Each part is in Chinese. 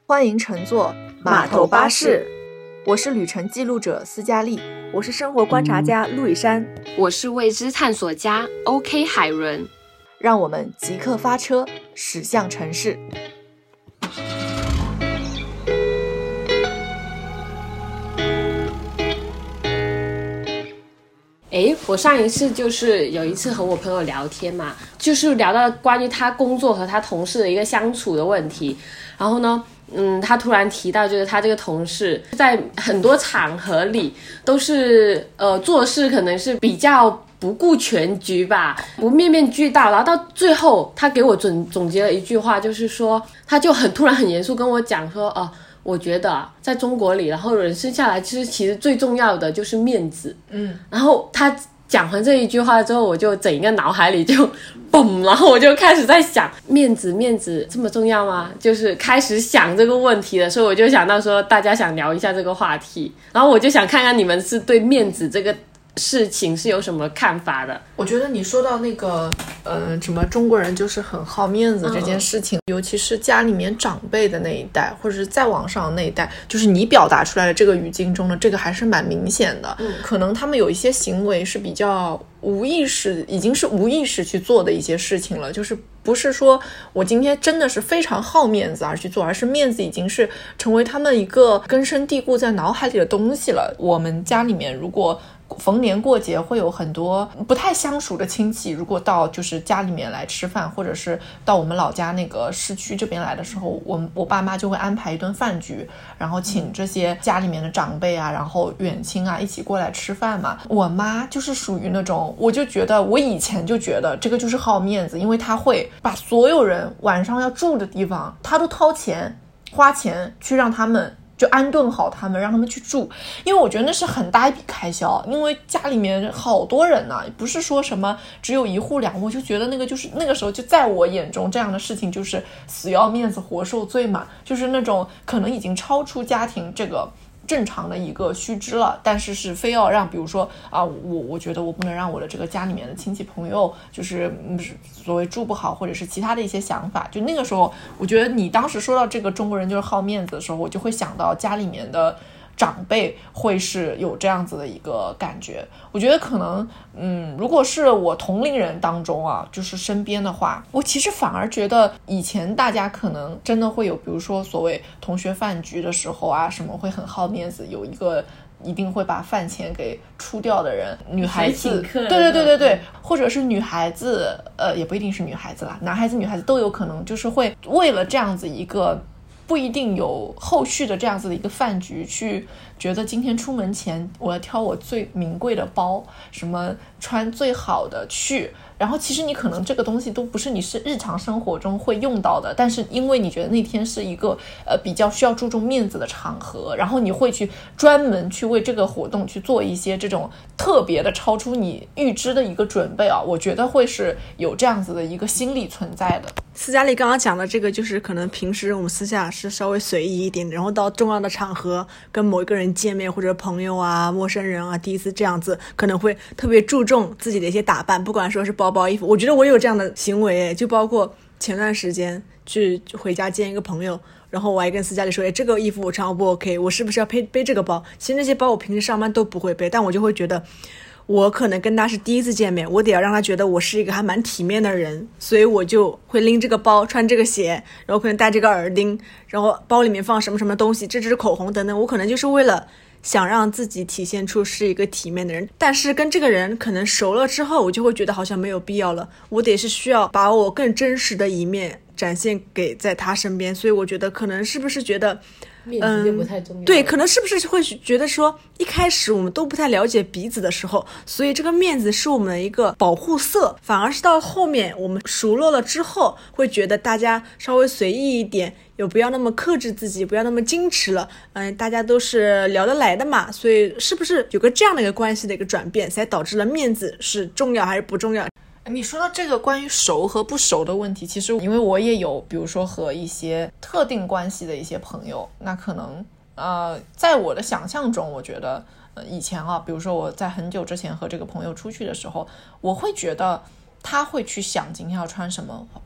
欢迎乘坐码头巴士。 我是旅程记录者斯嘉丽， 我是生活观察家陆以山， 我是未知探索家 OK 海伦。 让我们即刻发车，驶向城市。 我上一次就是有一次和我朋友聊天嘛，就是聊到关于他工作和他同事的一个相处的问题，然后呢他突然提到就是他这个同事在很多场合里都是做事可能是比较不顾全局吧，不面面俱到，然后到最后他给我总结了一句话，就是说他就突然很严肃跟我讲说我觉得在中国里，然后人生下来其实最重要的就是面子。然后他讲完这一句话之后，我就整一个脑海里就嘣，然后我就开始在想，面子这么重要吗？就是开始想这个问题的时候，我就想到说大家想聊一下这个话题，然后我就想看看你们是对面子这个事情是有什么看法的。 我觉得你说到那个什么中国人就是很好面子这件事情，尤其是家里面长辈的那一代，或者是再往上的那一代，就是你表达出来的这个语境中的这个还是蛮明显的。可能他们有一些行为是比较无意识，已经是无意识去做的一些事情了，就是不是说我今天真的是非常好面子而去做，而是面子已经是成为他们一个根深蒂固在脑海里的东西了。我们家里面如果逢年过节会有很多不太相熟的亲戚，如果到就是家里面来吃饭，或者是到我们老家那个市区这边来的时候，我爸妈就会安排一顿饭局，然后请这些家里面的长辈啊，然后远亲啊一起过来吃饭嘛。我妈就是属于那种，我就觉得我以前就觉得这个就是好面子，因为她会把所有人晚上要住的地方她都掏钱花钱去让他们就安顿好他们，让他们去住，因为我觉得那是很大一笔开销，因为家里面好多人呢，不是说什么只有一户两户，就觉得那个时候就在我眼中这样的事情就是死要面子活受罪嘛，就是那种可能已经超出家庭这个正常的一个须知了，但是非要让比如说我觉得我不能让我的这个家里面的亲戚朋友就是所谓住不好，或者是其他的一些想法。就那个时候我觉得你当时说到这个中国人就是好面子的时候，我就会想到家里面的长辈会是有这样子的一个感觉。我觉得可能如果是我同龄人当中啊，就是身边的话，我其实反而觉得以前大家可能真的会有比如说所谓同学饭局的时候啊什么会很好面子，有一个一定会把饭钱给出掉的人，女孩子对，或者是女孩子也不一定是女孩子啦，男孩子女孩子都有可能，就是会为了这样子一个不一定有后续的这样子的一个饭局，去觉得今天出门前我要挑我最名贵的包，什么穿最好的去，然后其实你可能这个东西都不是你是日常生活中会用到的，但是因为你觉得那天是一个比较需要注重面子的场合，然后你会去专门去为这个活动去做一些这种特别的超出你预知的一个准备啊，我觉得会是有这样子的一个心理存在的。 斯嘉丽刚刚讲的这个就是可能平时我们私下是稍微随意一点，然后到重要的场合跟某一个人见面，或者朋友啊陌生人啊第一次这样子，可能会特别注重自己的一些打扮，不管说是包包衣服，我觉得我有这样的行为，就包括前段时间去回家见一个朋友，然后我还跟斯嘉丽说这个衣服我穿不 OK， 我是不是要背这个包，其实那些包我平时上班都不会背，但我就会觉得我可能跟他是第一次见面，我得要让他觉得我是一个还蛮体面的人，所以我就会拎这个包，穿这个鞋，然后可能戴这个耳钉，然后包里面放什么什么东西，这支口红等等，我可能就是为了想让自己体现出是一个体面的人。但是跟这个人可能熟了之后，我就会觉得好像没有必要了，我得是需要把我更真实的一面展现给在他身边，所以我觉得可能是不是觉得面子就不太重要对，可能是不是会觉得说一开始我们都不太了解彼此的时候，所以这个面子是我们的一个保护色，反而是到后面我们熟络了之后，会觉得大家稍微随意一点，有不要那么克制自己，不要那么矜持了，大家都是聊得来的嘛，所以是不是有个这样的一个关系的一个转变，才导致了面子是重要还是不重要。 你说到这个关于熟和不熟的问题，其实因为我也有比如说和一些特定关系的一些朋友，那可能在我的想象中，我觉得以前比如说我在很久之前和这个朋友出去的时候，我会觉得他会去想今天要穿什么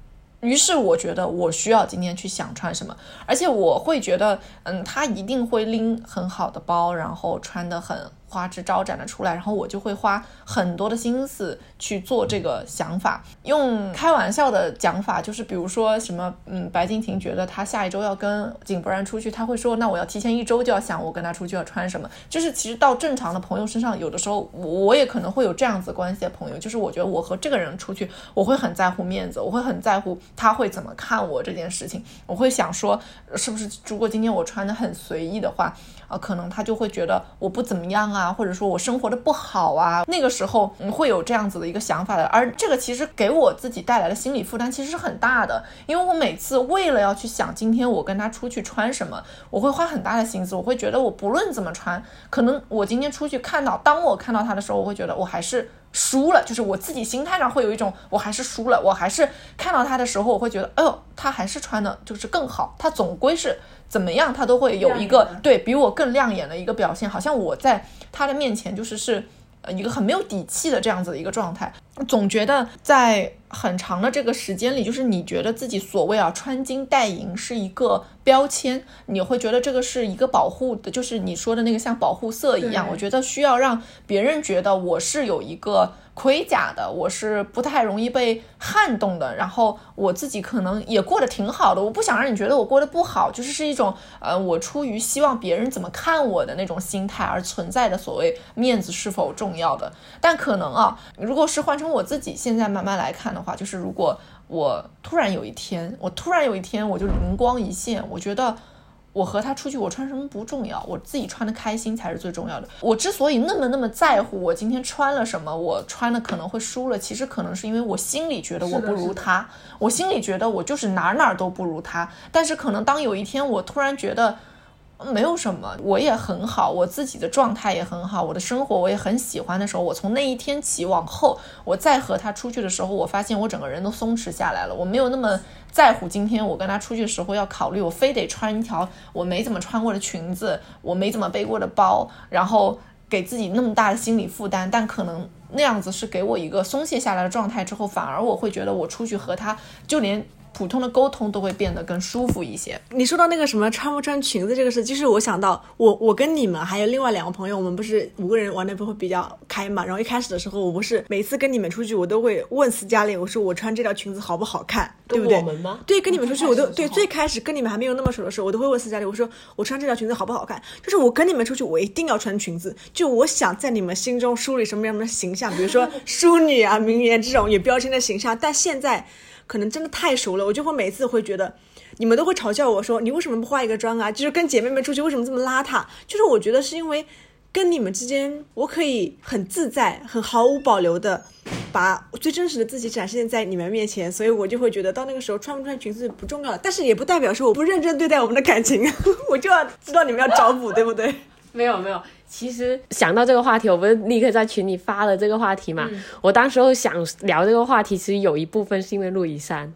于是我觉得我需要今天去想穿什么，而且我会觉得他一定会拎很好的包，然后穿得很花枝招展的出来，然后我就会花很多的心思去做这个想法。用开玩笑的讲法就是比如说什么白敬亭觉得他下一周要跟井柏然出去，他会说那我要提前1周就要想我跟他出去要穿什么。就是其实到正常的朋友身上，有的时候我也可能会有这样子关系的朋友，就是我觉得我和这个人出去，我会很在乎面子，我会很在乎他会怎么看我这件事情，我会想说是不是如果今天我穿得很随意的话可能他就会觉得我不怎么样啊，或者说我生活的不好啊，那个时候会有这样子的一个想法的。而这个其实给我自己带来的心理负担其实是很大的，因为我每次为了要去想今天我跟他出去穿什么，我会花很大的心思，我会觉得我不论怎么穿，可能我今天出去当我看到他的时候，我会觉得我还是输了，就是我自己心态上会有一种我还是输了，我还是看到他的时候我会觉得他还是穿的就是更好，他总归是怎么样他都会有一个对比我更亮眼的一个表现，好像我在他的面前是一个很没有底气的这样子的一个状态。总觉得在很长的这个时间里，就是你觉得自己所谓穿金戴银是一个标签，你会觉得这个是一个保护的，就是你说的那个像保护色一样，我觉得需要让别人觉得我是有一个盔甲的，我是不太容易被撼动的，然后我自己可能也过得挺好的，我不想让你觉得我过得不好，是一种我出于希望别人怎么看我的那种心态而存在的所谓面子是否重要的。但可能如果是换成我自己现在慢慢来看的话，就是如果我突然有一天我就灵光一现，我觉得我和他出去我穿什么不重要，我自己穿的开心才是最重要的。我之所以那么在乎我今天穿了什么，我穿的可能会输了，其实可能是因为我心里觉得我不如他，我心里觉得我就是哪都不如他。但是可能当有一天我突然觉得没有什么，我也很好，我自己的状态也很好，我的生活我也很喜欢的时候，我从那一天起往后，我再和他出去的时候，我发现我整个人都松弛下来了，我没有那么在乎今天我跟他出去的时候要考虑我非得穿一条我没怎么穿过的裙子，我没怎么背过的包，然后给自己那么大的心理负担。但可能那样子是给我一个松懈下来的状态之后，反而我会觉得我出去和他就连普通的沟通都会变得更舒服一些。 你说到那个什么穿不穿裙子这个事，就是我想到我跟你们还有另外2个朋友，我们不是5个人玩的不会比较开嘛，然后一开始的时候我不是每次跟你们出去我都会问斯嘉丽，我说我穿这条裙子好不好看，对不对？ 跟我们吗？ 对，跟你们出去我都对，最开始跟你们还没有那么熟的时候，我都会问斯嘉丽，我说我穿这条裙子好不好看，就是我跟你们出去我一定要穿裙子，就我想在你们心中树立什么样的形象，比如说淑女啊名媛这种有标签的形象。但现在可能真的太熟了，我就会每次会觉得你们都会嘲笑我说你为什么不化一个妆啊，就是跟姐妹们出去为什么这么邋遢，就是我觉得是因为跟你们之间我可以很自在很毫无保留的把最真实的自己展现在你们面前，所以我就会觉得到那个时候穿不穿裙子不重要了，但是也不代表说我不认真对待我们的感情我就要知道你们要找补对不对？ 没有，其实想到这个话题，我不是立刻在群里发了这个话题嘛，我当时候想聊这个话题，其实有一部分是因为陆怡珊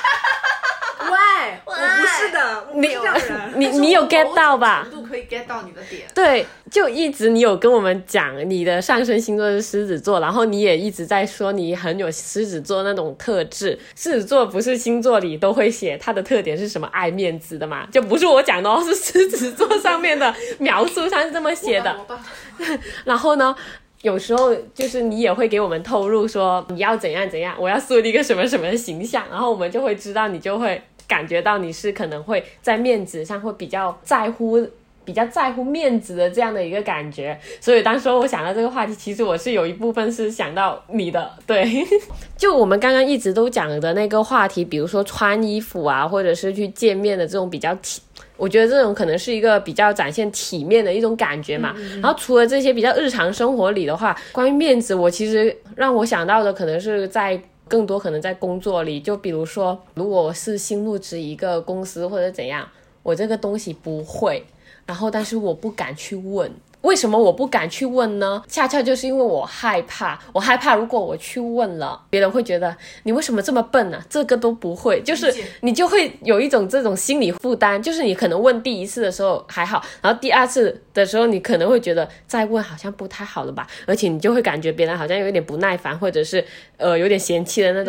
我不是的，我不是这样的人。 你有 get 到吧？ 程度可以 get 到你的点。 对，就一直你有跟我们讲你的上升星座是狮子座，然后你也一直在说你很有狮子座那种特质。狮子座不是星座里都会写他的特点是什么爱面子的嘛？就不是我讲的是狮子座上面的描述上是这么写的。然后呢？有时候就是你也会给我们透露说你要怎样怎样，我要树立一个什么什么的形象，然后我们就会知道，你就会感觉到你是可能会在面子上会比较在乎面子的这样的一个感觉。所以当时我想到这个话题，其实我是有一部分是想到你的。对就我们刚刚一直都讲的那个话题，比如说穿衣服啊，或者是去见面的这种比较我觉得这种可能是一个比较展现体面的一种感觉嘛。然后除了这些比较日常生活里的话，关于面子我其实让我想到的可能是更多可能在工作里，就比如说如果我是新入职一个公司或者怎样，我这个东西不会，然后但是我不敢去问。为什么我不敢去问呢？恰恰就是因为我害怕如果我去问了，别人会觉得你为什么这么笨啊，这个都不会，就是你就会有一种这种心理负担，就是你可能问第一次的时候还好，然后第二次的时候你可能会觉得再问好像不太好了吧，而且你就会感觉别人好像有点不耐烦，或者是有点嫌弃的那种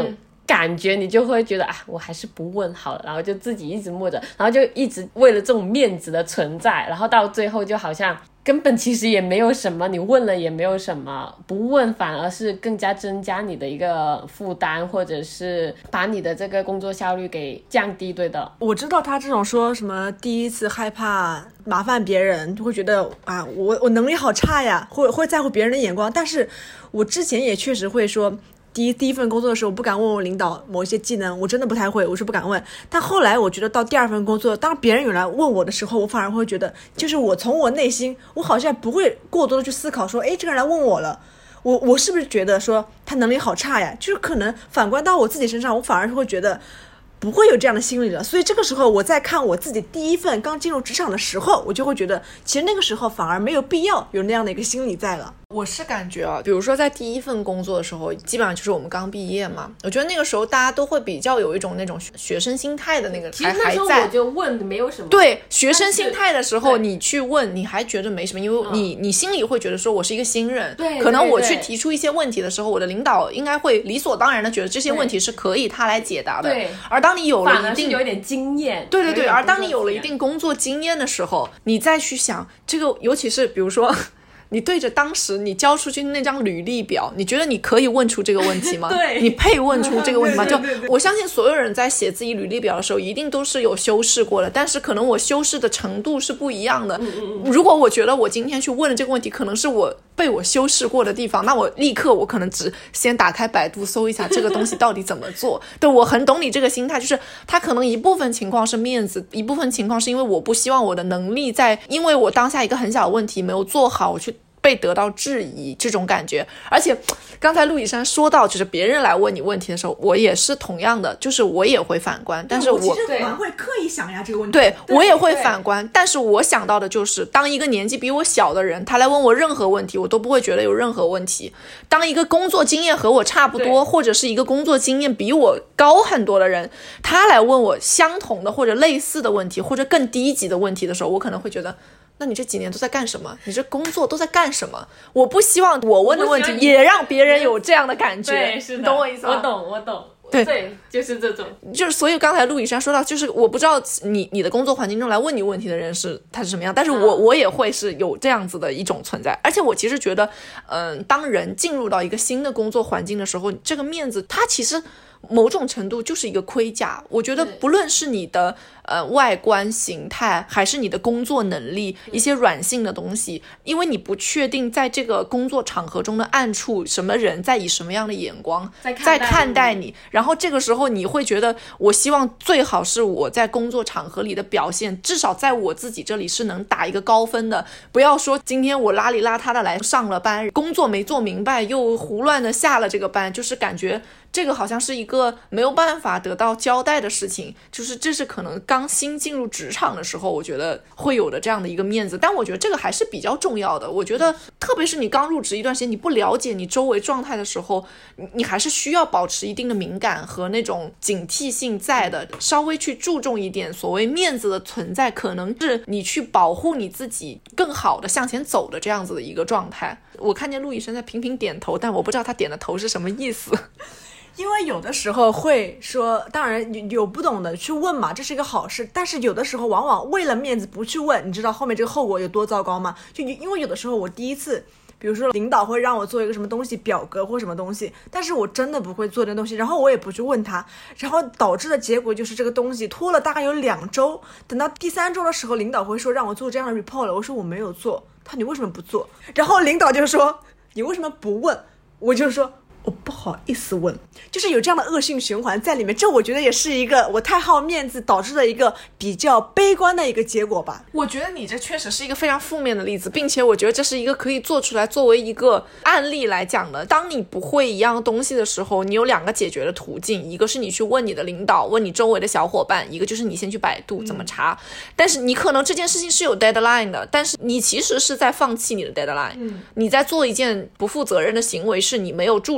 感觉，你就会觉得我还是不问好了，然后就自己一直默着，然后就一直为了这种面子的存在，然后到最后就好像根本其实也没有什么，你问了也没有什么，不问反而是更加增加你的一个负担，或者是把你的这个工作效率给降低。对的， 我知道他这种说什么第一次害怕麻烦别人，就会觉得我能力好差呀，会在乎别人的眼光。但是我之前也确实会说，第一份工作的时候，我不敢问我领导某一些技能，我真的不太会，我是不敢问。但后来我觉得到第二份工作，当别人有来问我的时候，我反而会觉得，就是我从我内心，我好像不会过多的去思考说，这个人来问我了，我是不是觉得说他能力好差呀？就是可能反观到我自己身上，我反而会觉得不会有这样的心理了。所以这个时候我在看我自己第一份刚进入职场的时候，我就会觉得其实那个时候反而没有必要有那样的一个心理在了。 我是感觉比如说在第一份工作的时候，基本上就是我们刚毕业嘛，我觉得那个时候大家都会比较有一种那种学生心态的那个， 其实那时候我就问没有什么。 对，学生心态的时候你去问，你还觉得没什么，因为你心里会觉得说我是一个新人， 对， 可能我去提出一些问题的时候，我的领导应该会理所当然的觉得这些问题是可以他来解答的。 对， 而当你有了一定， 反而是有点经验， 对，而当你有了一定工作经验的时候，你再去想这个，尤其是比如说你对着当时你交出去那张履历表，你觉得你可以问出这个问题吗？ 对， 你配问出这个问题吗？ 对， 就我相信所有人在写自己履历表的时候一定都是有修饰过的，但是可能我修饰的程度是不一样的。如果我觉得我今天去问的这个问题可能是我被我修饰过的地方，那我立刻我可能只先打开百度搜一下这个东西到底怎么做。对，我很懂你这个心态，就是它可能一部分情况是面子，一部分情况是因为我不希望我的能力因为我当下一个很小的问题没有做好，我去被得到质疑这种感觉。而且刚才陆以山说到就是别人来问你问题的时候，我也是同样的，就是我也会反观，但是我其实反而会刻意想呀这个问题。 对，我也会反观，但是我想到的就是当一个年纪比我小的人他来问我任何问题，我都不会觉得有任何问题。当一个工作经验和我差不多，或者是一个工作经验比我高很多的人，他来问我相同的或者类似的问题或者更低级的问题的时候，我可能会觉得那你这几年都在干什么？你这工作都在干什么？我不希望我问的问题也让别人有这样的感觉。 对，是的， 你懂我意思吗？ 我懂。 对， 就是这种， 就是所以刚才陆以山说到，就是我不知道你的工作环境中来问你问题的人他是什么样，但是我也会是有这样子的一种存在。而且我其实觉得当人进入到一个新的工作环境的时候，这个面子它其实某种程度就是一个盔甲。我觉得不论是你的外观形态，还是你的工作能力，一些软性的东西，因为你不确定在这个工作场合中的暗处什么人在以什么样的眼光在看待你，然后这个时候你会觉得我希望最好是我在工作场合里的表现至少在我自己这里是能打一个高分的，不要说今天我邋里邋遢的来上了班，工作没做明白又胡乱的下了这个班，就是感觉这个好像是一个没有办法得到交代的事情。就是这是可能刚新进入职场的时候我觉得会有的这样的一个面子，但我觉得这个还是比较重要的。我觉得特别是你刚入职一段时间，你不了解你周围状态的时候，你还是需要保持一定的敏感和那种警惕性在的，稍微去注重一点所谓面子的存在，可能是你去保护你自己更好的向前走的这样子的一个状态。我看见陆以生在频频点头，但我不知道他点的头是什么意思。 因为有的时候会说，当然有不懂的去问嘛，这是一个好事，但是有的时候往往为了面子不去问，你知道后面这个后果有多糟糕吗？就因为有的时候我第一次比如说领导会让我做一个什么东西表格或什么东西，但是我真的不会做这东西，然后我也不去问他，然后导致的结果就是这个东西拖了大概有2周，等到第3周的时候领导会说让我做这样的 report 了，我说我没有做，他你为什么不做？然后领导就说你为什么不问？我就说我不好意思问，就是有这样的恶性循环在里面。这我觉得也是一个我太好面子导致的一个比较悲观的一个结果吧。 我觉得你这确实是一个非常负面的例子，并且我觉得这是一个可以做出来作为一个案例来讲的。当你不会一样东西的时候，你有2个解决的途径，一个是你去问你的领导，问你周围的小伙伴，一个就是你先去百度怎么查。但是你可能这件事情是有 deadline 的，但是你其实是在放弃你的 deadline。你在做一件不负责任的行为，是你没有注重这个 deadline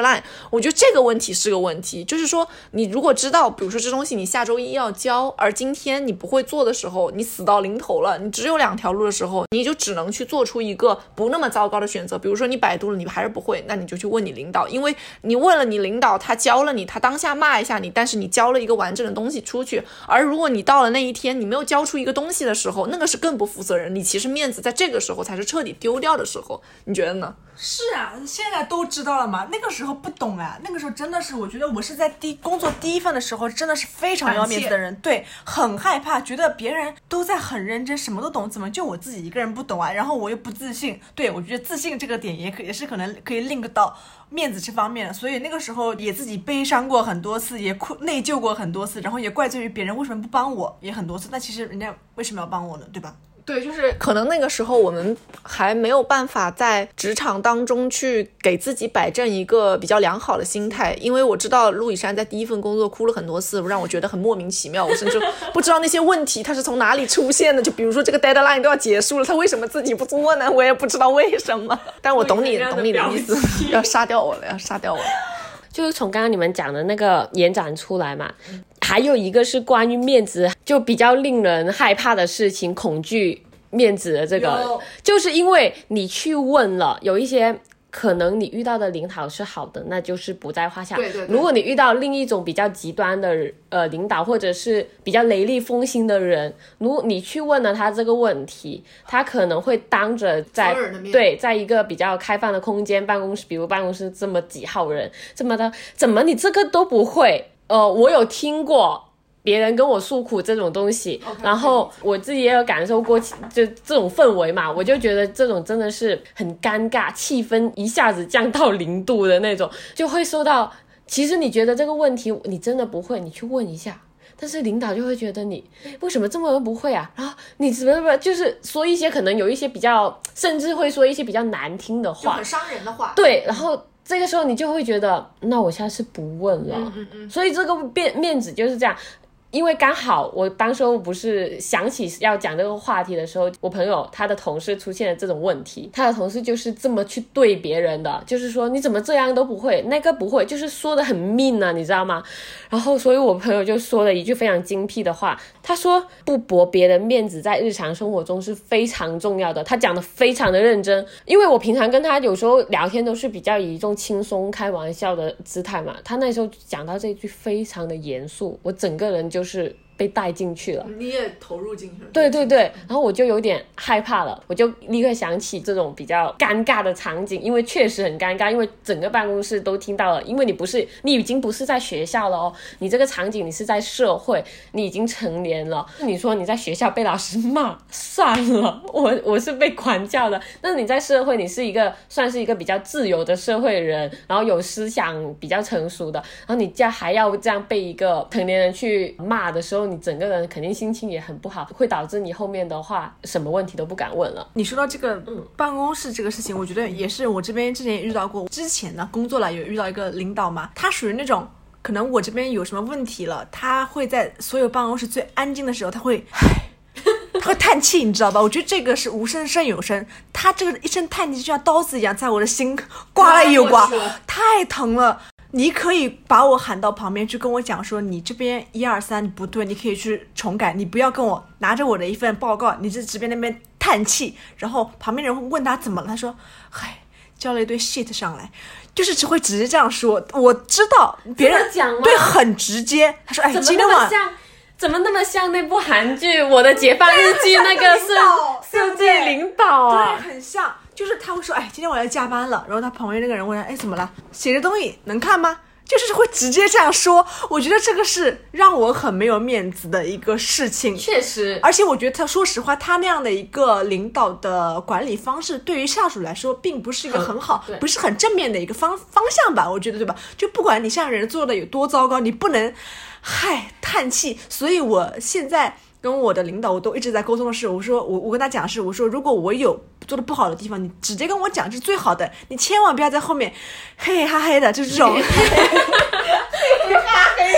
deadline。我觉得这个问题是个问题，就是说你如果知道比如说这东西你下周一要交，而今天你不会做的时候，你死到临头了，你只有2条路的时候，你就只能去做出一个不那么糟糕的选择。比如说你百度了你还是不会，那你就去问你领导，因为你问了你领导，他教了你，他当下骂一下你，但是你交了一个完整的东西出去。而如果你到了那一天你没有交出一个东西的时候，那个是更不负责任，你其实面子在这个时候才是彻底丢掉的时候，你觉得呢？ 是啊，现在都知道了嘛，那个时候不懂啊，那个时候真的是，我觉得我是在工作第一份的时候，真的是非常要面子的人，对，很害怕，觉得别人都在很认真，什么都懂，怎么就我自己一个人不懂啊？然后我又不自信，对，我觉得自信这个点也是可能可以 link 到面子这方面，所以那个时候也自己悲伤过很多次，也内疚过很多次，然后也怪罪于别人为什么不帮我，也很多次，那其实人家为什么要帮我呢？对吧？ 对，就是可能那个时候我们还没有办法在职场当中去给自己摆正一个比较良好的心态，因为我知道陆以珊在第一份工作哭了很多次，让我觉得很莫名其妙，我甚至不知道那些问题它是从哪里出现的，就比如说这个 deadline 都要结束了，他为什么自己不做呢？我也不知道为什么，但我懂你的意思，要杀掉我了，要杀掉我了。 就是从刚刚你们讲的那个延展出来嘛，还有一个是关于面子，就比较令人害怕的事情，恐惧面子的这个，就是因为你去问了，有一些可能你遇到的领导是好的，那就是不在话下。 对对对， 如果你遇到另一种比较极端的领导，或者是比较雷厉风行的人，如果你去问了他这个问题，他可能会当着在一个比较开放的空间办公室，比如办公室这么几号人，怎么你这个都不会？我有听过别人跟我诉苦这种东西，然后我自己也有感受过就这种氛围嘛，我就觉得这种真的是很尴尬，气氛一下子降到0度的那种，就会受到，其实你觉得这个问题你真的不会，你去问一下，但是领导就会觉得你为什么这么不会啊，然后你怎么就是说一些可能有一些比较，甚至会说一些比较难听的话， 很伤人的话， 对，然后这个时候你就会觉得那我下次不问了，所以这个面子就是这样。因为刚好我当时候不是想起要讲这个话题的时候，我朋友他的同事出现了这种问题，他的同事就是这么去对别人的，就是说你怎么这样都不会，那个不会，就是说的很命啊，你知道吗？然后所以我朋友就说了一句非常精辟的话，他说不驳别人面子在日常生活中是非常重要的，他讲的非常的认真，因为我平常跟他有时候聊天都是比较以一种轻松开玩笑的姿态嘛，他那时候讲到这句非常的严肃，我整个人就是被带进去了， 你也投入进去了。 对对对，然后我就有点害怕了，我就立刻想起这种比较尴尬的场景，因为确实很尴尬，因为整个办公室都听到了，因为你已经不是在学校了哦，你这个场景你是在社会，你已经成年了，你说你在学校被老师骂算了，我是被管教的，那你在社会你是算是一个比较自由的社会人，然后有思想比较成熟的，然后你还要这样被一个成年人去骂的时候，你整个人肯定心情也很不好，会导致你后面的话什么问题都不敢问了。 你说到这个办公室这个事情，我觉得也是我这边之前也遇到过，之前呢工作了有遇到一个领导嘛，他属于那种可能我这边有什么问题了，他会在所有办公室最安静的时候他会叹气，你知道吧？我觉得这个是无声胜有声，他这个一声叹气就像刀子一样在我的心刮了又刮，太疼了。你可以把我喊到旁边去跟我讲说你这边1、2、3不对，你可以去重改，你不要跟我拿着我的一份报告你这边那边叹气，然后旁边人会问他怎么了，他说嗨，交了一堆 shit 上来，就是只会直接这样说。我知道别人讲吗？ 对，很直接。他说哎，今天晚上怎么那么像那部韩剧《我的解放日记》那个设计领导啊？ 对，很像。就是他会说哎，今天我要加班了，然后他旁边那个人问他哎怎么了，写的东西能看吗？就是会直接这样说。我觉得这个是让我很没有面子的一个事情， 确实。而且我觉得他说实话，他那样的一个领导的管理方式对于下属来说并不是一个很好，不是很正面的一个方向吧，我觉得，对吧？就不管你下人做的有多糟糕，你不能叹气。所以我现在跟我的领导我都一直在沟通的是，我说我跟他讲的是，我说如果我有做的不好的地方，你直接跟我讲是最好的，你千万不要在后面嘿嘿哈嘿的，就是这种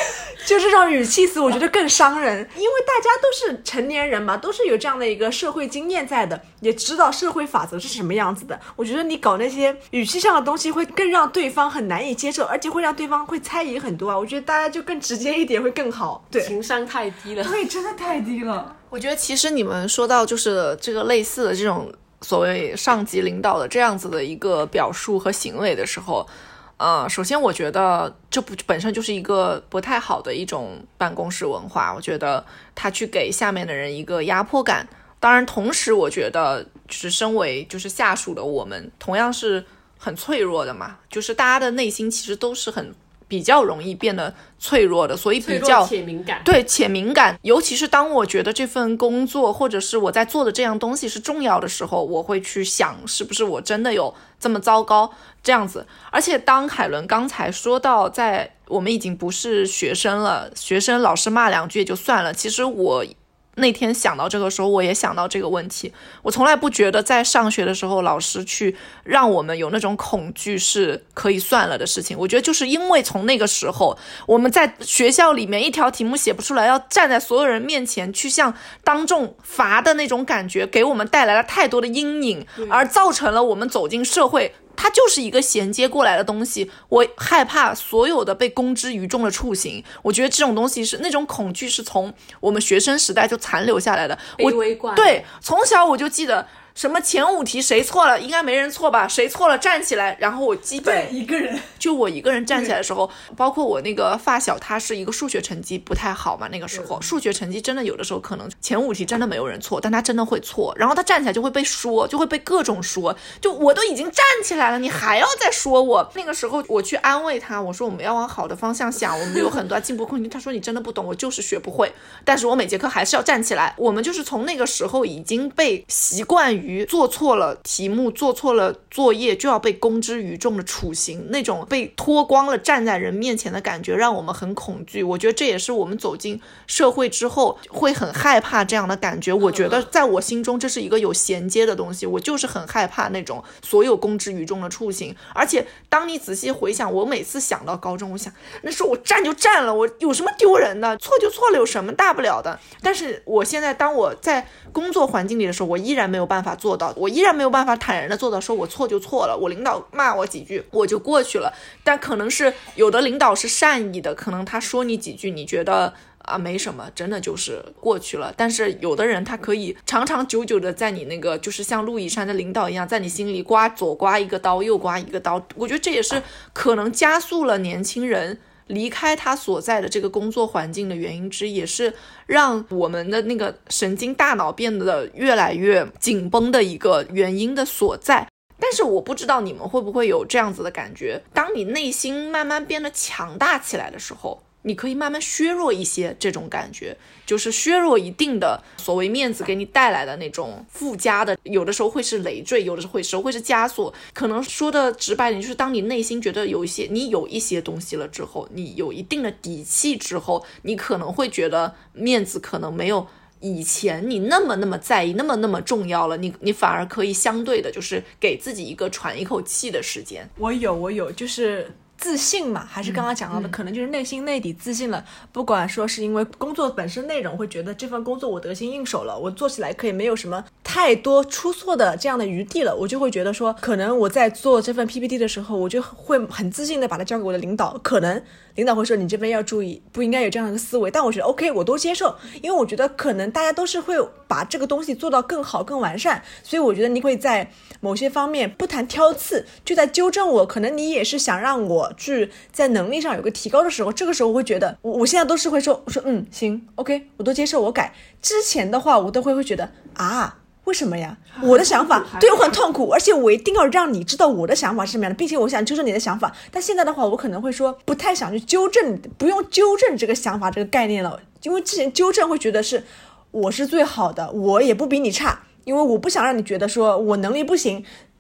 就这种语气词我觉得更伤人，因为大家都是成年人嘛，都是有这样的一个社会经验在的，也知道社会法则是什么样子的。我觉得你搞那些语气上的东西会更让对方很难以接受，而且会让对方会猜疑很多啊。我觉得大家就更直接一点会更好。对， 情商太低了。 对，真的太低了。 我觉得其实你们说到就是这个类似的这种所谓上级领导的这样子的一个表述和行为的时候，首先我觉得这本身就是一个不太好的一种办公室文化，我觉得他去给下面的人一个压迫感。当然同时我觉得就是身为就是下属的我们同样是很脆弱的嘛，就是大家的内心其实都是比较容易变得脆弱的，所以比较且敏感。 对，且敏感。尤其是当我觉得这份工作或者是我在做的这样东西是重要的时候，我会去想是不是我真的有这么糟糕这样子。而且当海伦刚才说到在我们已经不是学生了，学生老师骂两句也就算了，其实我那天想到这个时候我也想到这个问题。我从来不觉得在上学的时候老师去让我们有那种恐惧是可以算了的事情。我觉得就是因为从那个时候我们在学校里面一条题目写不出来，要站在所有人面前去向当众罚的那种感觉给我们带来了太多的阴影，而造成了我们走进社会它就是一个衔接过来的东西。我害怕所有的被公之于众的处刑，我觉得这种东西是那种恐惧是从我们学生时代就残留下来的。对，从小我就记得什么前5题谁错了应该没人错吧，谁错了站起来，然后我基本一个人就我一个人站起来的时候，包括我那个发小他是一个数学成绩不太好嘛，那个时候数学成绩真的有的时候可能前5题真的没有人错，但他真的会错，然后他站起来就会被说，就会被各种说，就我都已经站起来了你还要再说我。那个时候我去安慰他，我说我们要往好的方向想，我们有很多进步空间。他说你真的不懂，我就是学不会，但是我每节课还是要站起来。我们就是从那个时候已经被习惯于做错了题目做错了作业就要被公之于众的处刑，那种被脱光了站在人面前的感觉让我们很恐惧。我觉得这也是我们走进社会之后会很害怕这样的感觉。我觉得在我心中这是一个有衔接的东西，我就是很害怕那种所有公之于众的处刑。而且当你仔细回想，我每次想到高中，我想那时候我站就站了，我有什么丢人的，错就错了，有什么大不了的。但是我现在当我在工作环境里的时候，我依然没有办法做到，我依然没有办法坦然的做到说我错就错了，我领导骂我几句我就过去了。但可能是有的领导是善意的，可能他说你几句你觉得没什么，真的就是过去了。但是有的人他可以长长久久的在你那个就是像陆以山的领导一样，在你心里左刮一个刀右刮一个刀。我觉得这也是可能加速了年轻人离开他所在的这个工作环境的原因之一，也是让我们的那个神经大脑变得越来越紧绷的一个原因的所在。但是我不知道你们会不会有这样子的感觉，当你内心慢慢变得强大起来的时候，你可以慢慢削弱一些这种感觉，就是削弱一定的所谓面子给你带来的那种附加的，有的时候会是累赘，有的时候会是枷锁。可能说的直白点，就是当你内心觉得你有一些东西了之后，你有一定的底气之后，你可能会觉得面子可能没有以前你那么在意，那么重要了，你反而可以相对的就是给自己一个喘一口气的时间。 我有就是自信嘛，还是刚刚讲到的，可能就是内心内底自信了。不管说是因为工作本身内容会觉得这份工作我得心应手了，我做起来可以没有什么太多出错的这样的余地了，我就会觉得说可能我在做这份 PPT 的时候，我就会很自信的把它交给我的领导，可能领导会说你这边要注意，不应该有这样的一个思维，但我觉得 OK 我都接受，因为我觉得可能大家都是会把这个东西做到更好更完善，所以我觉得你会在某些方面不谈挑刺，就在纠正我，可能你也是想让我去在能力上有个提高的时候，这个时候我会觉得我现在都是会说行 OK 我都接受我改。之前的话我都会觉得为什么呀？我的想法对我很痛苦，而且我一定要让你知道我的想法是什么样的，并且我想纠正你的想法。但现在的话我可能会说不太想去纠正，不用纠正这个想法这个概念了，因为之前纠正会觉得是我是最好的，我也不比你差，因为我不想让你觉得说我能力不行，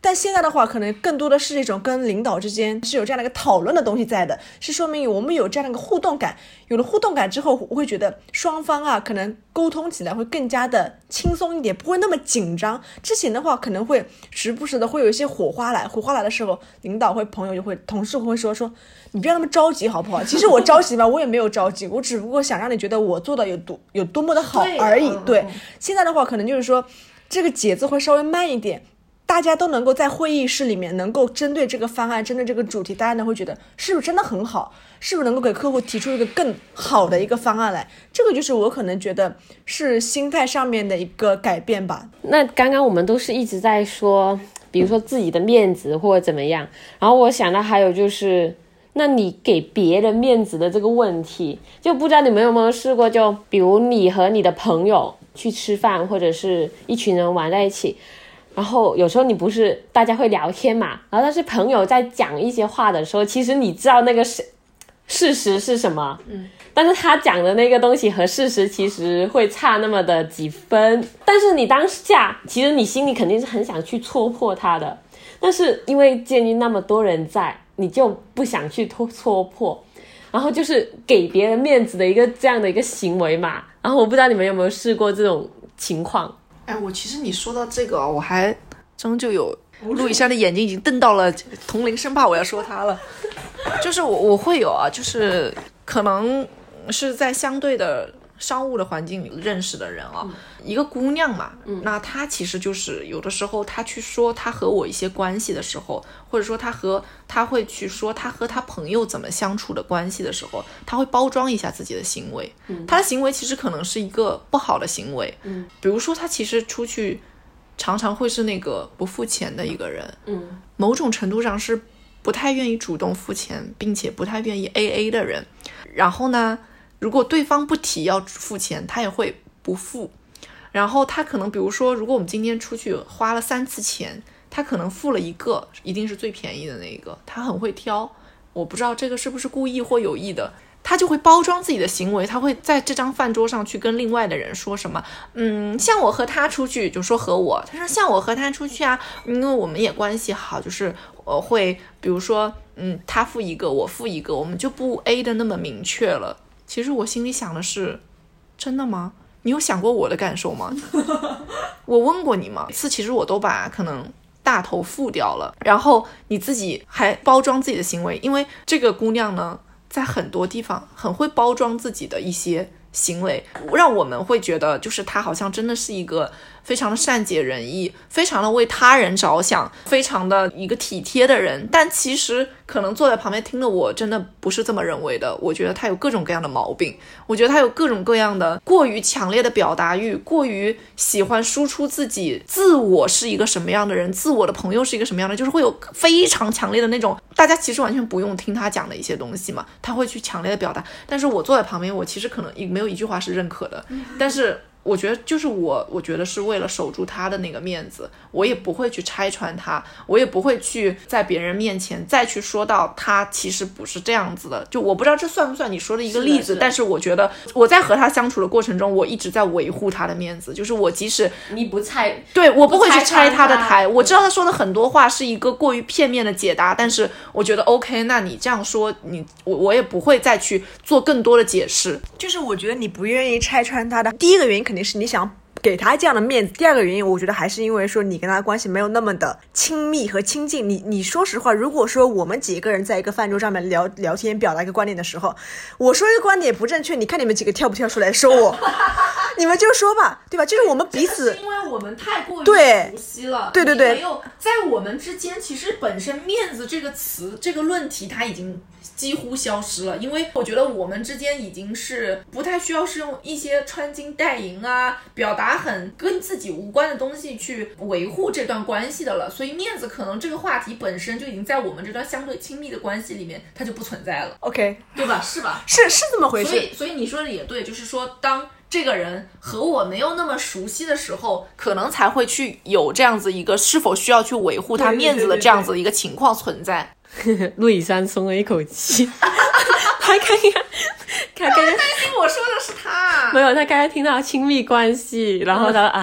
但现在的话可能更多的是一种跟领导之间是有这样的一个讨论的东西在的，是说明我们有这样的一个互动感，有了互动感之后，我会觉得双方啊可能沟通起来会更加的轻松一点，不会那么紧张。之前的话可能会时不时的会有一些火花来的时候，领导会朋友就会同事会说你不要那么着急好不好，其实我着急吧，我也没有着急，我只不过想让你觉得我做的有多么的好而已。对，现在的话可能就是说这个节奏会稍微慢一点，大家都能够在会议室里面能够针对这个方案，针对这个主题，大家呢会觉得是不是真的很好，是不是能够给客户提出一个更好的一个方案来，这个就是我可能觉得是心态上面的一个改变吧。 那刚刚我们都是一直在说比如说自己的面子或者怎么样，然后我想到还有就是那你给别人面子的这个问题，就不知道你们有没有试过，就比如你和你的朋友去吃饭，或者是一群人玩在一起，然后有时候你不是大家会聊天嘛，然后但是朋友在讲一些话的时候，其实你知道那个事实是什么，但是他讲的那个东西和事实其实会差那么的几分，但是你当下其实你心里肯定是很想去戳破他的，但是因为鉴于那么多人在，你就不想去戳破，然后就是给别人面子的一个这样的一个行为嘛。然后我不知道你们有没有试过这种情况。 我其实你说到这个我还真就有陆以山的眼睛已经瞪到了铜铃，生怕我要说他了。就是我会有啊，就是可能是在相对的商务的环境里认识的人啊，一个姑娘嘛，那她其实就是有的时候她去说她和我一些关系的时候，或者说她会去说她和她朋友怎么相处的关系的时候，她会包装一下自己的行为，她的行为其实可能是一个不好的行为，比如说她其实出去常常会是那个不付钱的一个人，某种程度上是不太愿意主动付钱，并且不太愿意 AA 的人。然后呢，如果对方不提要付钱，他也会不付。然后他可能比如说，如果我们今天出去花了3次钱，他可能付了一个，一定是最便宜的那一个，他很会挑。我不知道这个是不是故意或有意的，他就会包装自己的行为，他会在这张饭桌上去跟另外的人说什么，像我和他出去，就说和我，他说像我和他出去啊，因为我们也关系好，就是会比如说他付一个我付一个，我们就不 A 的那么明确了。其实我心里想的是，真的吗？你有想过我的感受吗？我问过你吗？每次其实我都把可能大头付掉了，然后你自己还包装自己的行为，因为这个姑娘呢在很多地方很会包装自己的一些行为，让我们会觉得就是她好像真的是一个非常的善解人意，非常的为他人着想，非常的一个体贴的人。但其实可能坐在旁边听的我真的不是这么认为的，我觉得他有各种各样的毛病，我觉得他有各种各样的过于强烈的表达欲，过于喜欢输出自己自我是一个什么样的人，自我的朋友是一个什么样的，就是会有非常强烈的那种，大家其实完全不用听他讲的一些东西嘛，他会去强烈的表达。但是我坐在旁边，我其实可能没有一句话是认可的，但是我觉得就是我觉得是为了守住他的那个面子，我也不会去拆穿他，我也不会去在别人面前再去说到他其实不是这样子的。就我不知道这算不算你说的一个例子，但是我觉得我在和他相处的过程中，我一直在维护他的面子，就是我即使你不拆， 对，我不会去拆他的台，我知道他说的很多话是一个过于片面的解答，但是我觉得 OK， 那你这样说，我也不会再去做更多的解释。 就是我觉得你不愿意拆穿他的第一个原因肯定是你想给他这样的面子，第二个原因我觉得还是因为说你跟他的关系没有那么的亲密和亲近。你说实话，如果说我们几个人在一个饭桌上面聊天，表达一个观点的时候，我说一个观点不正确，你看你们几个跳不跳出来说我你们就说吧，对吧？就是我们彼此， 是因为我们太过于熟悉了， 对， 没有在我们之间，其实本身面子这个词这个论题它已经几乎消失了，因为我觉得我们之间已经是不太需要是用一些穿金戴银啊，表达很跟自己无关的东西去维护这段关系的了，所以面子可能这个话题本身就已经在我们这段相对亲密的关系里面它就不存在了。 OK， 对吧？是吧？ 是这么回事。 所以你说的也对，就是说当这个人和我没有那么熟悉的时候，可能才会去有这样子一个是否需要去维护他面子的这样子一个情况存在。 陆以山松了一口气他刚刚担心我说的是他。 没有，他刚才听到亲密关系，然后他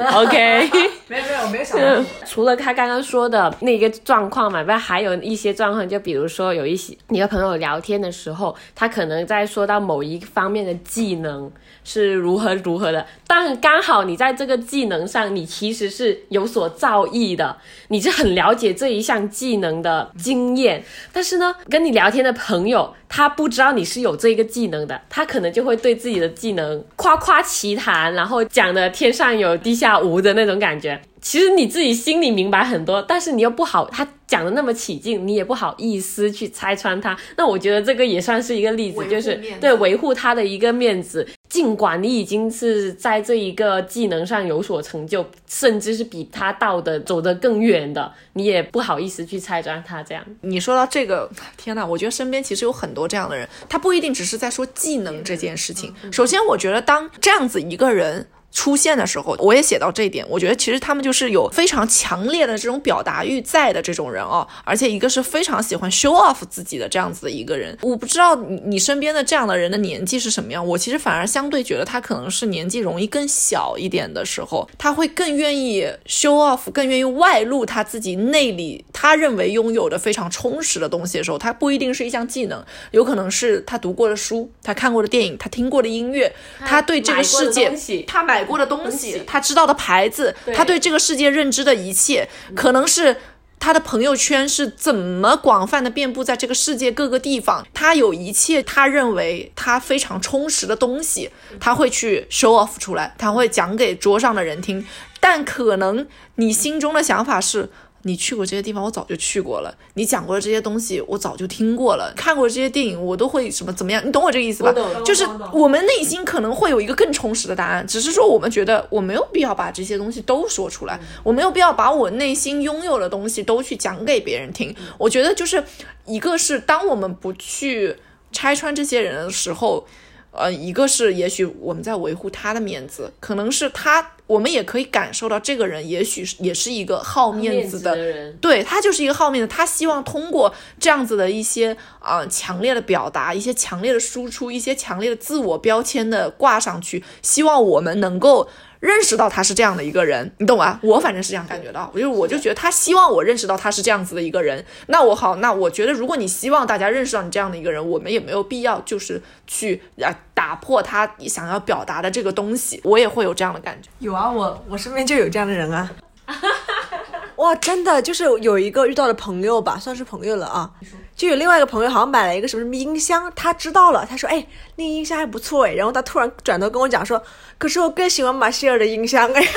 OK 没有想到。 除了他刚刚说的那个状况嘛，还有一些状况，就比如说有一些你和朋友聊天的时候，他可能在说到某一方面的技能是如何的，但刚好你在这个技能上你其实是有所造诣的，你是很了解这一项技能的经验，但是呢跟你聊天的朋友他不知道你是有这个技能的，他可能就会对自己的技能夸夸其谈，然后讲的天上有地下无的那种感觉。其实你自己心里明白很多，但是你又不好，他讲的那么起劲，你也不好意思去拆穿他。那我觉得这个也算是一个例子，就是对维护他的一个面子。尽管你已经是在这一个技能上有所成就，甚至是比他走得更远的，你也不好意思去拆穿他这样。 你说到这个，天哪，我觉得身边其实有很多这样的人，他不一定只是在说技能这件事情。首先我觉得当这样子一个人出现的时候，我也写到这一点，我觉得其实他们就是有非常强烈的这种表达欲在的这种人哦，而且一个是非常喜欢 show off 自己的这样子的一个人。我不知道你身边的这样的人的年纪是什么样，我其实反而相对觉得他可能是年纪容易更小一点的时候，他会更愿意 show off， 更愿意外露他自己内里他认为拥有的非常充实的东西的时候，他不一定是一项技能，有可能是他读过的书，他看过的电影，他听过的音乐，他对这个世界他买过的东西，他知道的牌子，他对这个世界认知的一切，可能是他的朋友圈是怎么广泛的遍布在这个世界各个地方，他有一切他认为他非常充实的东西，他会去 show off 出来，他会讲给桌上的人听。但可能你心中的想法是，你去过这些地方我早就去过了，你讲过的这些东西我早就听过了，看过这些电影我都会怎么样，你懂我这个意思吧？就是我们内心可能会有一个更充实的答案，只是说我们觉得我没有必要把这些东西都说出来，我没有必要把我内心拥有的东西都去讲给别人听。我觉得就是一个是当我们不去拆穿这些人的时候，一个是也许我们在维护他的面子，可能是我们也可以感受到这个人也许也是一个好面子的人， 对，他就是一个好面子，他希望通过这样子的一些强烈的表达，一些强烈的输出，一些强烈的自我标签的挂上去，希望我们能够认识到他是这样的一个人，你懂吗？我反正是这样感觉到，我就觉得他希望我认识到他是这样子的一个人。那我觉得如果你希望大家认识到你这样的一个人，我们也没有必要就是去打破他想要表达的这个东西。我也会有这样的感觉。 有啊，我身边就有这样的人啊。哇，真的就是有一个遇到的朋友吧，算是朋友了啊。就有另外一个朋友好像买了一个什么音箱，他知道了，他说哎，那个音箱还不错哎，然后他突然转头跟我讲说，可是我更喜欢马歇尔的音箱哎。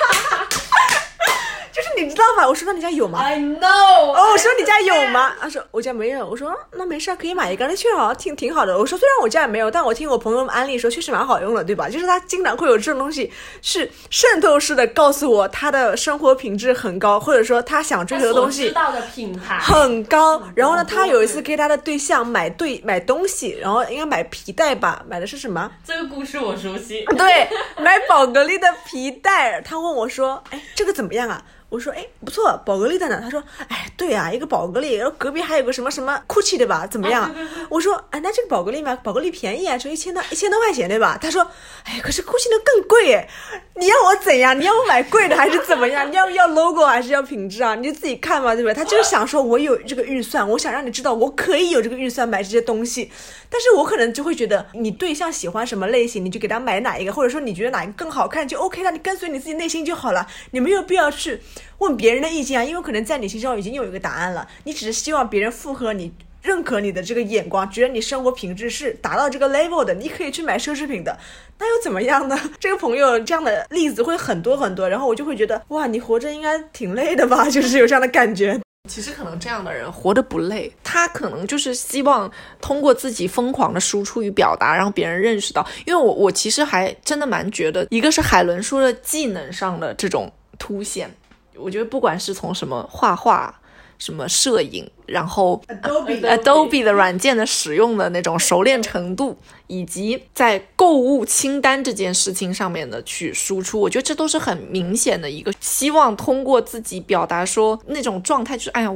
就是你知道吧？我说那你家有吗 ？I know。 哦，我说你家有吗？他说我家没有。我说那没事，可以买一个，那确实好像挺好的。我说虽然我家也没有，但我听我朋友们安利说确实蛮好用的，对吧？就是他经常会有这种东西，是渗透式的告诉我他的生活品质很高，或者说他想追求的东西知道的品牌很高。然后呢，他有一次给他的对象买东西，然后应该买皮带吧，买的是什么？ 这个故事我熟悉。 对，买宝格丽的皮带。他问我说：“哎，这个怎么样啊？”我说哎不错，宝格丽的呢。他说哎对啊，一个宝格丽，然后隔壁还有个什么 Gucci 对吧？怎么样啊？我说哎那这个宝格丽嘛，宝格丽便宜啊，就1000多块钱对吧？他说哎可是 Gucci 的更贵哎，你要我怎样？你要我买贵的还是怎么样？你要 logo 还是要品质啊？你就自己看嘛，对吧？他就是想说我有这个预算，我想让你知道我可以有这个预算买这些东西，但是我可能就会觉得你对象喜欢什么类型，你就给他买哪一个，或者说你觉得哪一个更好看就 OK 了，你跟随你自己内心就好了，你没有必要去问别人的意见啊，因为可能在你心中已经有一个答案了，你只是希望别人附和你，认可你的这个眼光，觉得你生活品质是达到这个 level 的，你可以去买奢侈品的，那又怎么样呢？这个朋友这样的例子会很多很多，然后我就会觉得哇，你活着应该挺累的吧，就是有这样的感觉。 其实可能这样的人活得不累，他可能就是希望通过自己疯狂的输出与表达让别人认识到。因为我其实还真的蛮觉得，一个是海伦说的技能上的这种凸显，我觉得不管是从什么画画什么摄影，然后 Adobe 的软件的使用的那种熟练程度，以及在购物清单这件事情上面的去输出，我觉得这都是很明显的一个希望通过自己表达说那种状态，就是哎呀我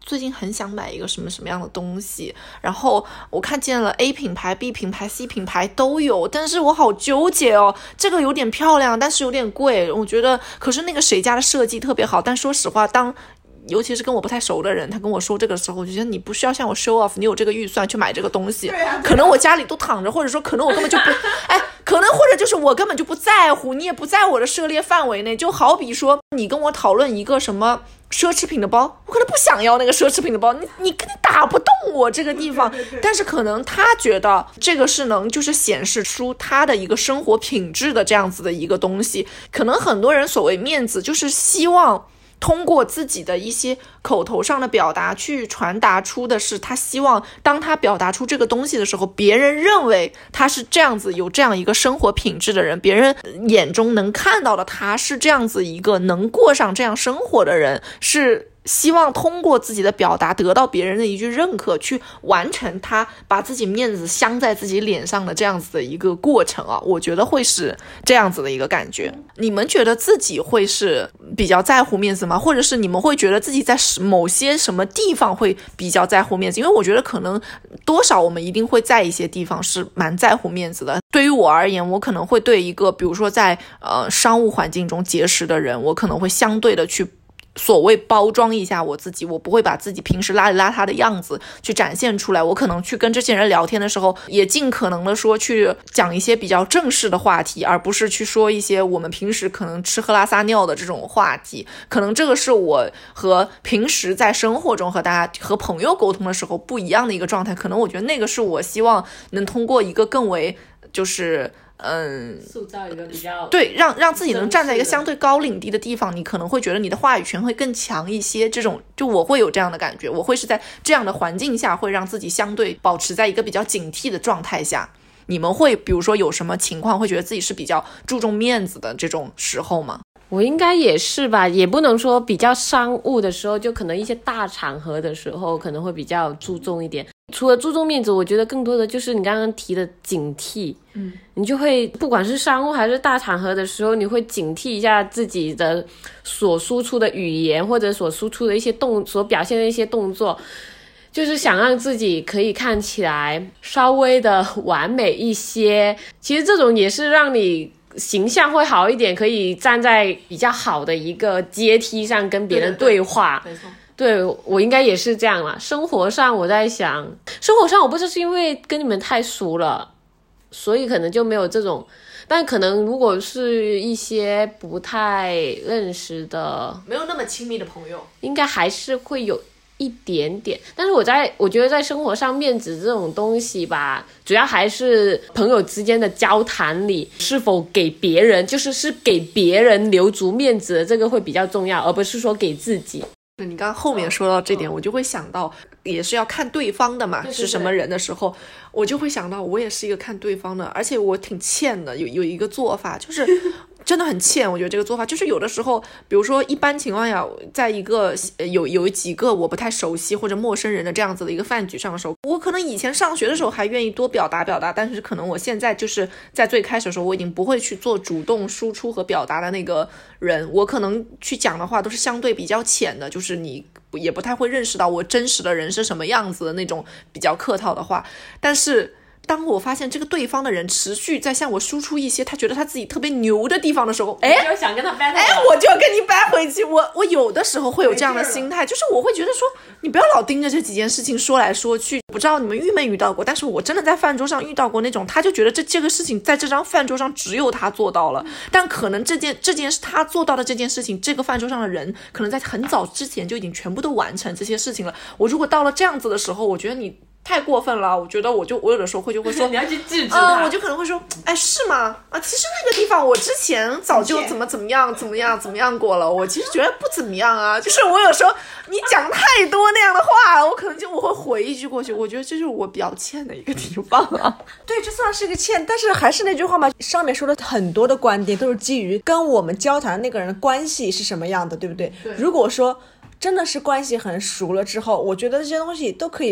最近很想买一个什么什么样的东西，然后我看见了 A 品牌 B 品牌 C 品牌都有，但是我好纠结哦，这个有点漂亮但是有点贵，我觉得可是那个谁家的设计特别好，但说实话尤其是跟我不太熟的人，他跟我说这个时候，我就觉得你不需要向我 show off， 你有这个预算去买这个东西，可能我家里都躺着，或者说可能我根本就不可能或者就是我根本就不在乎，你也不在我的涉猎范围内。就好比说你跟我讨论一个什么奢侈品的包，我可能不想要那个奢侈品的包，你打不动我这个地方，但是可能他觉得这个是能就是显示出他的一个生活品质的这样子的一个东西。可能很多人所谓面子就是希望通过自己的一些口头上的表达去传达出的是他希望当他表达出这个东西的时候，别人认为他是这样子有这样一个生活品质的人，别人眼中能看到的他是这样子一个能过上这样生活的人，是希望通过自己的表达得到别人的一句认可，去完成他把自己面子镶在自己脸上的这样子的一个过程啊，我觉得会是这样子的一个感觉。你们觉得自己会是比较在乎面子吗？或者是你们会觉得自己在某些什么地方会比较在乎面子？因为我觉得可能多少我们一定会在一些地方是蛮在乎面子的。对于我而言，我可能会对一个比如说在商务环境中结识的人，我可能会相对的去所谓包装一下我自己，我不会把自己平时邋里邋遢的样子去展现出来，我可能去跟这些人聊天的时候也尽可能的说去讲一些比较正式的话题，而不是去说一些我们平时可能吃喝拉撒尿的这种话题。可能这个是我和平时在生活中和大家和朋友沟通的时候不一样的一个状态，可能我觉得那个是我希望能通过一个更为就是塑造一个比较对让自己能站在一个相对高领地的地方，你可能会觉得你的话语权会更强一些，这种就我会有这样的感觉，我会是在这样的环境下会让自己相对保持在一个比较警惕的状态下。你们会比如说有什么情况会觉得自己是比较注重面子的这种时候吗？ 我应该也是吧，也不能说比较商务的时候，就可能一些大场合的时候可能会比较注重一点。除了注重面子，我觉得更多的就是你刚刚提的警惕。你就会不管是商务还是大场合的时候，你会警惕一下自己的所输出的语言，或者所输出的一些所表现的一些动作，就是想让自己可以看起来稍微的完美一些。其实这种也是让你形象会好一点，可以站在比较好的一个阶梯上跟别人对话。 没错， 对，我应该也是这样啦。生活上我在想，生活上我不知道是因为跟你们太熟了，所以可能就没有这种，但可能如果是一些不太认识的， 没有那么亲密的朋友， 应该还是会有一点点。但是我觉得在生活上面子这种东西吧，主要还是朋友之间的交谈里是否给别人，是给别人留足面子的，这个会比较重要，而不是说给自己。 你刚刚后面说到这点，我就会想到也是要看对方的嘛，是什么人的时候，我就会想到我也是一个看对方的，而且我挺欠的，有一个做法就是真的很欠，我觉得这个做法就是有的时候，比如说一般情况下，在一个有几个我不太熟悉或者陌生人的这样子的一个饭局上的时候，我可能以前上学的时候还愿意多表达，但是可能我现在就是在最开始的时候，我已经不会去做主动输出和表达的那个人，我可能去讲的话都是相对比较浅的，就是你也不太会认识到我真实的人是什么样子的那种比较客套的话。但是当我发现这个对方的人持续在向我输出一些他觉得他自己特别牛的地方的时候， 我就想跟他 battle， 我就要跟你掰回去。我有的时候会有这样的心态，就是我会觉得说你不要老盯着这几件事情说来说去。不知道你们没遇到过，但是我真的在饭桌上遇到过那种，他就觉得这个事情在这张饭桌上只有他做到了，但可能这件是他做到的这件事情，这个饭桌上的人可能在很早之前就已经全部都完成这些事情了。我如果到了这样子的时候，我觉得你太过分了，我觉得我有的时候就会说你要去制止他， 我就可能会说，哎，是吗？其实那个地方我之前早就怎么样过了，我其实觉得不怎么样啊。就是我有时候你讲太多那样的话，我可能我会回一句过去，我觉得这是我比较欠的一个地方啊。 对，这算是一个欠，但是还是那句话嘛，上面说的很多的观点都是基于跟我们交谈的那个人的关系是什么样的，对不对？ 对。 如果说真的是关系很熟了之后，我觉得这些东西都可以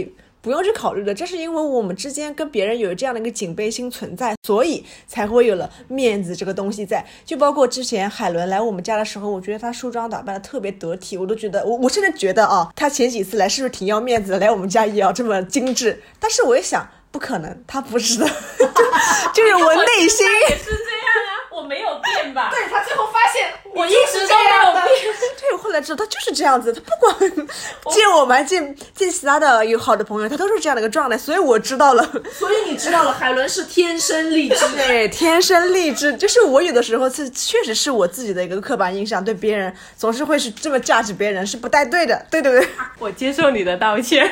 不用去考虑的。这是因为我们之间跟别人有这样的一个警备心存在，所以才会有了面子这个东西在。就包括之前海伦来我们家的时候，我觉得她梳妆打扮的特别得体，我都觉得我甚至觉得啊，她前几次来是不是挺要面子的，来我们家也要这么精致。但是我也想不可能，她不是的就是我内心也是这样啊，我没有变吧？ 对，他最后发现我一直都没有变。 对，我后来知道他就是这样子，他不管见我们见其他的有好的朋友，他都是这样的一个状态，所以我知道了。 所以你知道了，海伦是天生丽质。 对，天生丽质，就是我有的时候确实是我自己的一个刻板印象，对别人总是会是这么价值别人，是不太对的，对不对？ 我接受你的道歉。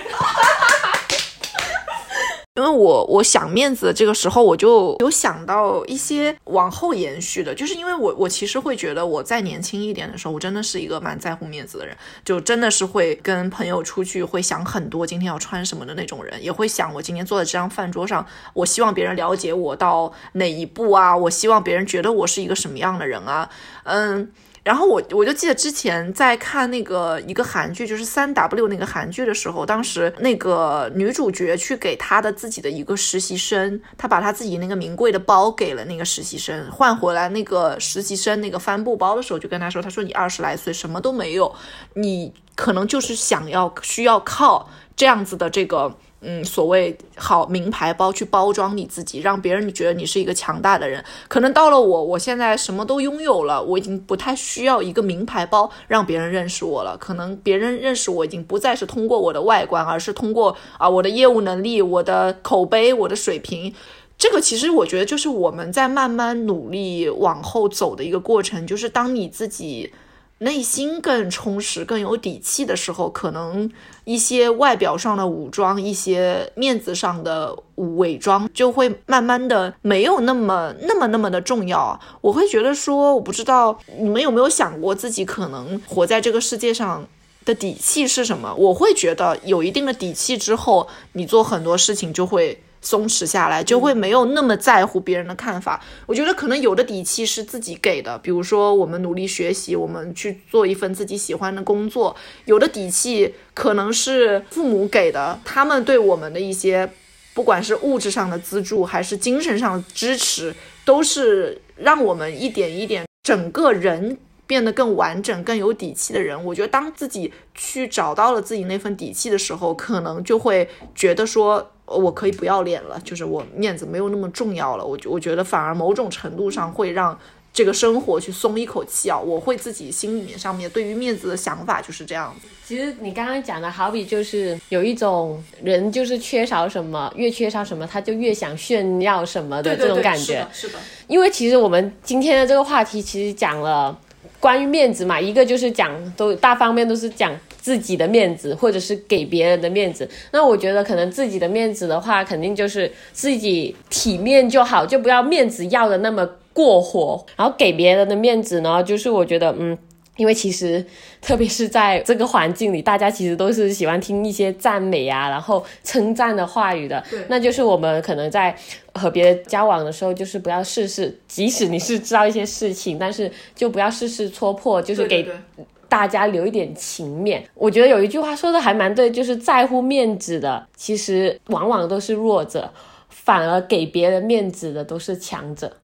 因为我想面子的这个时候，我就有想到一些往后延续的，就是因为我其实会觉得我再年轻一点的时候，我真的是一个蛮在乎面子的人，就真的是会跟朋友出去会想很多今天要穿什么的那种人，也会想我今天坐在这张饭桌上，我希望别人了解我到哪一步啊，我希望别人觉得我是一个什么样的人啊，然后我就记得之前在看那个一个韩剧，就是 3W 那个韩剧的时候，当时那个女主角去给她的自己的一个实习生，她把她自己那个名贵的包给了那个实习生，换回来那个实习生那个帆布包的时候，就跟她说，她说你20来岁什么都没有，你可能就是需要靠这样子的这个所谓好名牌包去包装你自己，让别人觉得你是一个强大的人。可能到了我现在什么都拥有了，我已经不太需要一个名牌包让别人认识我了。可能别人认识我已经不再是通过我的外观，而是通过我的业务能力、我的口碑、我的水平。这个其实我觉得就是我们在慢慢努力往后走的一个过程，就是当你自己内心更充实更有底气的时候，可能一些外表上的武装，一些面子上的伪装就会慢慢的没有那么的重要。我会觉得说，我不知道你们有没有想过自己可能活在这个世界上的底气是什么。我会觉得有一定的底气之后，你做很多事情就会松弛下来，就会没有那么在乎别人的看法。我觉得可能有的底气是自己给的，比如说我们努力学习，我们去做一份自己喜欢的工作。有的底气可能是父母给的，他们对我们的一些不管是物质上的资助还是精神上的支持，都是让我们一点一点整个人变得更完整更有底气的人。我觉得当自己去找到了自己那份底气的时候，可能就会觉得说我可以不要脸了，就是我面子没有那么重要了。我觉得反而某种程度上会让这个生活去松一口气啊。我会自己心里面上面对于面子的想法就是这样子。 其实你刚刚讲的好比就是有一种人就是缺少什么，越缺少什么他就越想炫耀什么的这种感觉。 是的。 因为其实我们今天的这个话题其实讲了关于面子嘛，一个就是讲都大方面都是讲自己的面子或者是给别人的面子。那我觉得可能自己的面子的话，肯定就是自己体面就好，就不要面子要的那么过火。然后给别人的面子呢，就是我觉得因为其实特别是在这个环境里，大家其实都是喜欢听一些赞美啊然后称赞的话语的。那就是我们可能在和别人交往的时候，就是不要事事，即使你是知道一些事情，但是就不要事事戳破，就是给大家留一点情面。我觉得有一句话说的还蛮对，就是在乎面子的其实往往都是弱者，反而给别人面子的都是强者。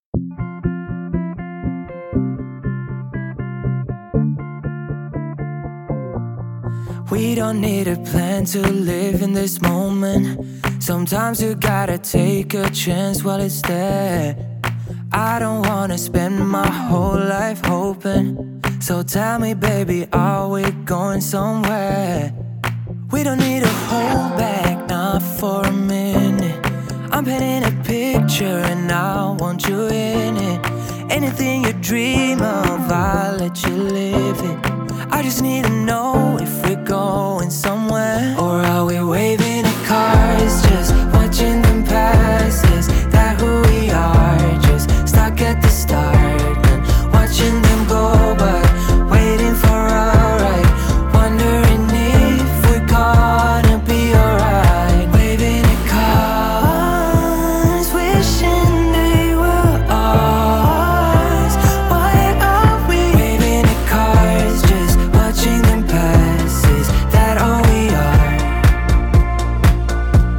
We don't need a plan to live in this moment. Sometimes you gotta take a chance while it's there. I don't wanna spend my whole life hoping. So tell me baby, are we going somewhere? We don't need to hold back, not for a minute. I'm painting a picture and I want you in it. Anything you dream of, I'll let you live it. I just need to know if we're going somewhere. Or are we waving at cars, just watching them pass? Is that who we are? Just stuck at the start and watching them go by, waiting for our right, wondering if we're gonna be alright. Waving at cars, wishing they were ours. Why are we waving at cars, just watching them pass? Is that all we are?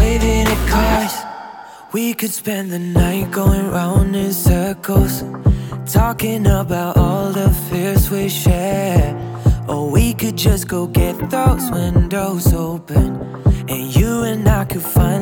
waving at cars. We could spend the night going round in circles, talking about all the fears we share. Or we could just go get those windows open, and you and I could finally